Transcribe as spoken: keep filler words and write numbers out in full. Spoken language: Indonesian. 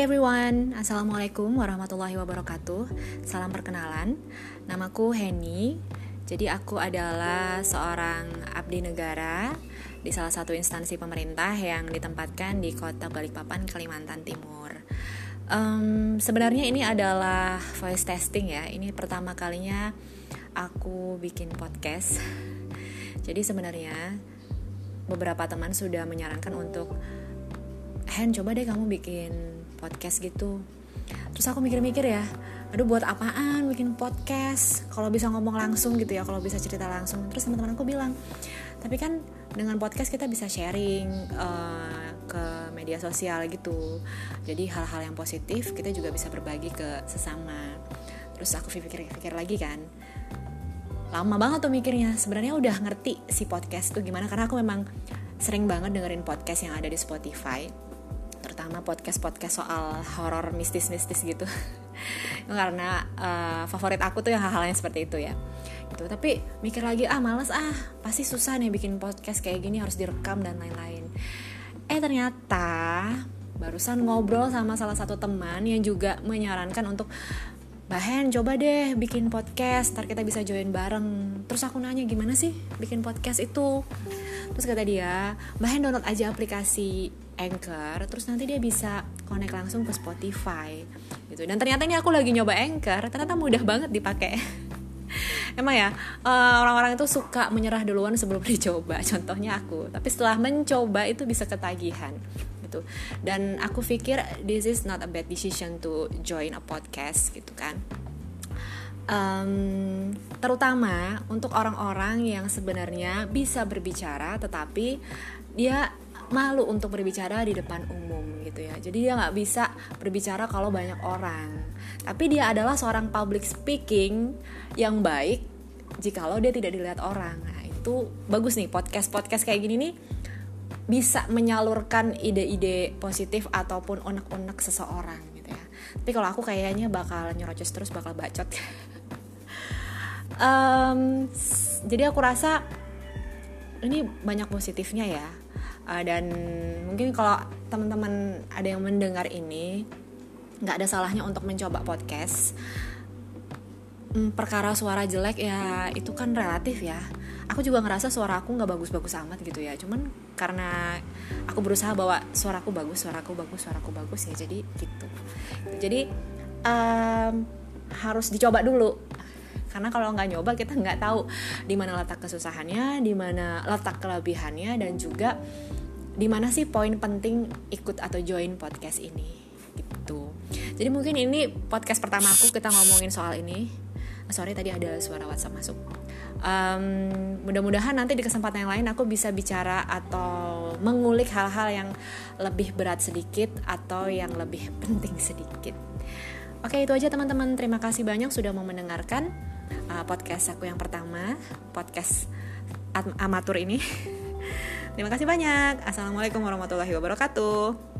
everyone, Assalamualaikum warahmatullahi wabarakatuh. Salam perkenalan, namaku Henny. Jadi aku adalah seorang abdi negara di salah satu instansi pemerintah yang ditempatkan di kota Balikpapan, Kalimantan Timur. um, Sebenarnya ini adalah voice testing ya. Ini pertama kalinya aku bikin podcast. Jadi sebenarnya beberapa teman sudah menyarankan untuk Hen, coba deh kamu bikin podcast gitu. Terus aku mikir-mikir ya, aduh buat apaan bikin podcast kalau bisa ngomong langsung gitu ya, kalau bisa cerita langsung. Terus teman-teman aku bilang, tapi kan dengan podcast kita bisa sharing uh, ke media sosial gitu. Jadi hal-hal yang positif kita juga bisa berbagi ke sesama. Terus aku pikir-pikir lagi kan, lama banget tuh mikirnya. Sebenarnya udah ngerti si podcast tuh gimana, karena aku memang sering banget dengerin podcast yang ada di Spotify, terutama podcast-podcast soal horor mistis-mistis gitu. Karena uh, favorit aku tuh yang hal-hal yang seperti itu ya gitu. Tapi mikir lagi, ah males ah, pasti susah nih bikin podcast kayak gini, harus direkam dan lain-lain. Eh ternyata barusan ngobrol sama salah satu teman yang juga menyarankan untuk, Mbak Hen, coba deh bikin podcast, ntar kita bisa join bareng. Terus aku nanya, gimana sih bikin podcast itu? Terus kata dia, Mbak Hen download aja aplikasi Anchor, terus nanti dia bisa connect langsung ke Spotify gitu. Dan ternyata ini aku lagi nyoba Anchor, ternyata mudah banget dipakai. Emang ya, uh, orang-orang itu suka menyerah duluan sebelum dicoba. Contohnya aku, tapi setelah mencoba itu bisa ketagihan gitu. Dan aku pikir this is not a bad decision to join a podcast gitu kan. Um, terutama untuk orang-orang yang sebenarnya bisa berbicara tetapi dia malu untuk berbicara di depan umum gitu ya. Jadi dia nggak bisa berbicara kalau banyak orang. Tapi dia adalah seorang public speaking yang baik jikalau dia tidak dilihat orang. Nah itu bagus nih, podcast-podcast kayak gini nih bisa menyalurkan ide-ide positif ataupun unek-unek seseorang gitu ya. Tapi kalau aku kayaknya bakal nyerocos terus, bakal bacot. um, Jadi aku rasa ini banyak positifnya ya. Uh, dan mungkin kalau teman-teman ada yang mendengar ini, nggak ada salahnya untuk mencoba podcast. Hmm, perkara suara jelek ya itu kan relatif ya. Aku juga ngerasa suara aku nggak bagus-bagus amat gitu ya. Cuman karena aku berusaha bahwa suaraku bagus, suaraku bagus, suaraku bagus ya. Jadi gitu. Jadi um, harus dicoba dulu. Karena kalau nggak nyoba kita nggak tahu di mana letak kesusahannya, di mana letak kelebihannya, dan juga di mana sih poin penting ikut atau join podcast ini gitu. Jadi mungkin ini podcast pertama aku, kita ngomongin soal ini. Sorry tadi ada suara WhatsApp masuk. Um, mudah-mudahan nanti di kesempatan yang lain aku bisa bicara atau mengulik hal-hal yang lebih berat sedikit atau yang lebih penting sedikit. Oke, itu aja teman-teman. Terima kasih banyak sudah mau mendengarkan uh, podcast aku yang pertama, podcast amatur ini. Terima kasih banyak. Assalamualaikum warahmatullahi wabarakatuh.